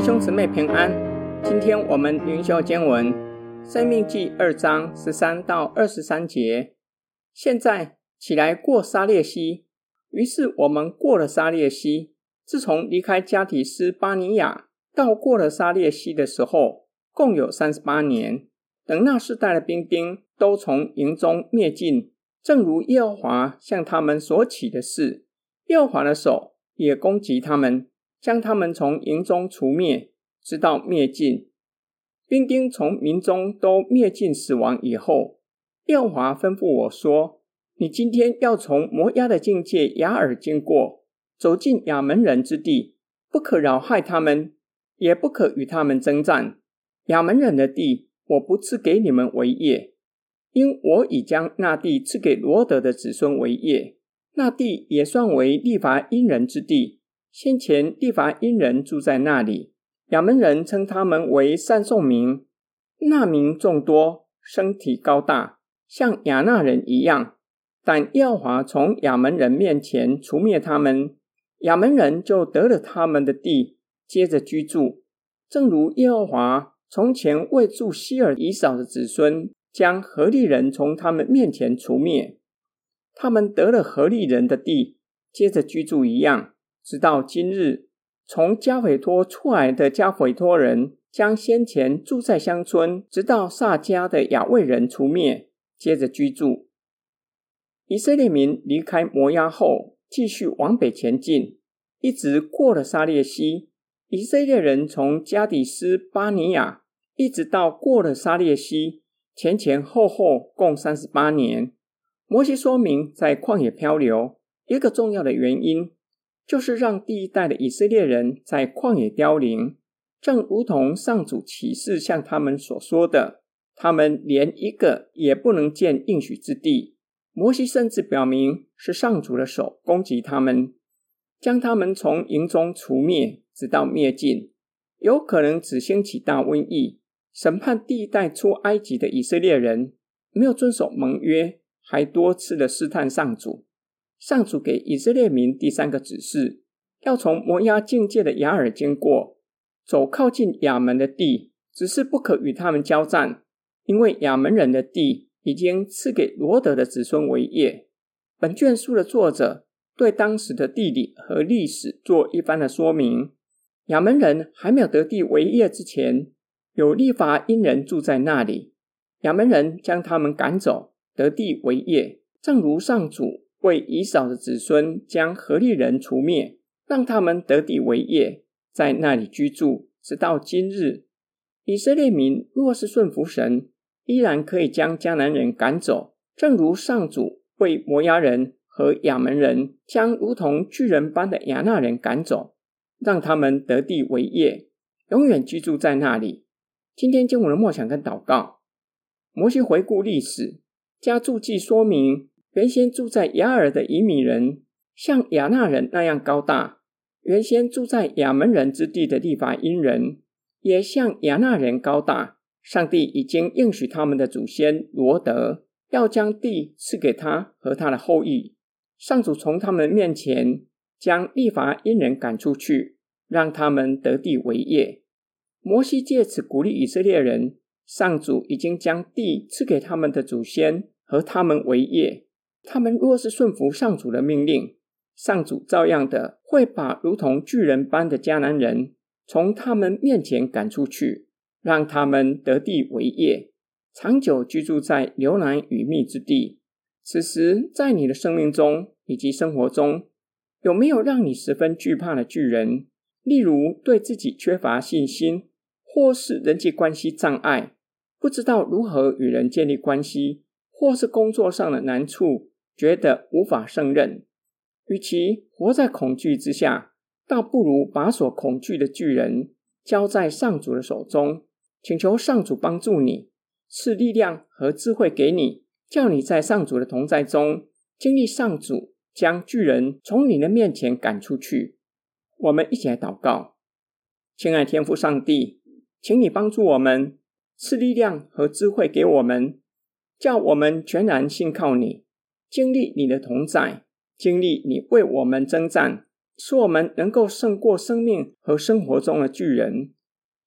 兄姊妹平安。今天我们灵修经文申命记2章13到23节。现在起来过撒列溪。于是我们过了撒列溪。自从离开加底斯巴尼亚到过了撒列溪的时候，共有38年。等那世代的兵都从营中灭尽，正如耶和华向他们所起的事，耶和华的手也攻击他们，将他们从营中除灭，直到灭尽。兵从民中都灭尽死亡以后，耶和华吩咐我说，你今天要从摩押的境界亚珥经过，走进亚门人之地，不可扰害他们，也不可与他们征战。亚门人的地我不赐给你们为业，因我已将那地赐给罗得的子孙为业。那地也算为利乏音人之地，先前利乏音人住在那里，亚门人称他们为散送民。那民众多，身体高大，像亚衲人一样，但耶和华从亚门人面前除灭他们，亚门人就得了他们的地，接着居住。正如耶和华从前为住西珥以扫的子孙，将何利人从他们面前除灭，他们得了何利人的地，接着居住一样，直到今日。从加斐托出来的加斐托人，将先前住在乡村直到撒迦的亚卫人除灭，接着居住。以色列民离开摩押后，继续往北前进，一直过了撒列溪。以色列人从加底斯巴尼亚一直到过了撒列溪，前后共38年。摩西说明在旷野漂流一个重要的原因，就是让第一代的以色列人在旷野凋零，正如同上主启示向他们所说的，他们连一个也不能见应许之地。摩西甚至表明是上主的手攻击他们，将他们从营中除灭，直到灭尽。有可能只兴起大瘟疫，审判第一代出埃及的以色列人没有遵守盟约，还多次的试探上主。上主给以色列民第3个指示，要从摩押境界的亚珥经过，走靠近亚门的地，只是不可与他们交战，因为亚门人的地已经赐给罗得的子孙为业。本卷书的作者对当时的地理和历史做一番的说明。亚门人还没有得地为业之前，有利乏音人住在那里，亚门人将他们赶走，得地为业，正如上主为以扫的子孙将何利人除灭，让他们得地为业，在那里居住，直到今日。以色列民若是顺服神，依然可以将迦南人赶走，正如上主为摩押人和亚门人将如同巨人般的亚衲人赶走，让他们得地为业，永远居住在那里。今天经文的默想跟祷告。摩西回顾历史，加注记说明原先住在亚珥的以米人像亚衲人那样高大，原先住在亚门人之地的利乏音人也像亚衲人高大。上帝已经应许他们的祖先罗得，要将地赐给他和他的后裔。上主从他们面前将利乏音人赶出去，让他们得地为业。摩西借此鼓励以色列人，上主已经将地赐给他们的祖先和他们为业。他们若是顺服上主的命令，上主照样的会把如同巨人般的迦南人从他们面前赶出去，让他们得地为业，长久居住在流奶与蜜之地。此时在你的生命中以及生活中，有没有让你十分惧怕的巨人？例如对自己缺乏信心，或是人际关系障碍，不知道如何与人建立关系，或是工作上的难处，觉得无法胜任。与其活在恐惧之下，倒不如把所恐惧的巨人交在上主的手中，请求上主帮助你，赐力量和智慧给你，叫你在上主的同在中经历上主将巨人从你的面前赶出去。我们一起来祷告。亲爱天父上帝，请你帮助我们，赐力量和智慧给我们，叫我们全然信靠你，经历你的同在，经历你为我们征战，使我们能够胜过生命和生活中的巨人，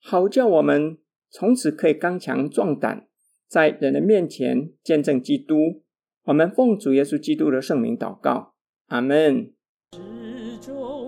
好叫我们从此可以刚强壮胆，在人的面前见证基督。我们奉主耶稣基督的圣名祷告，阿们。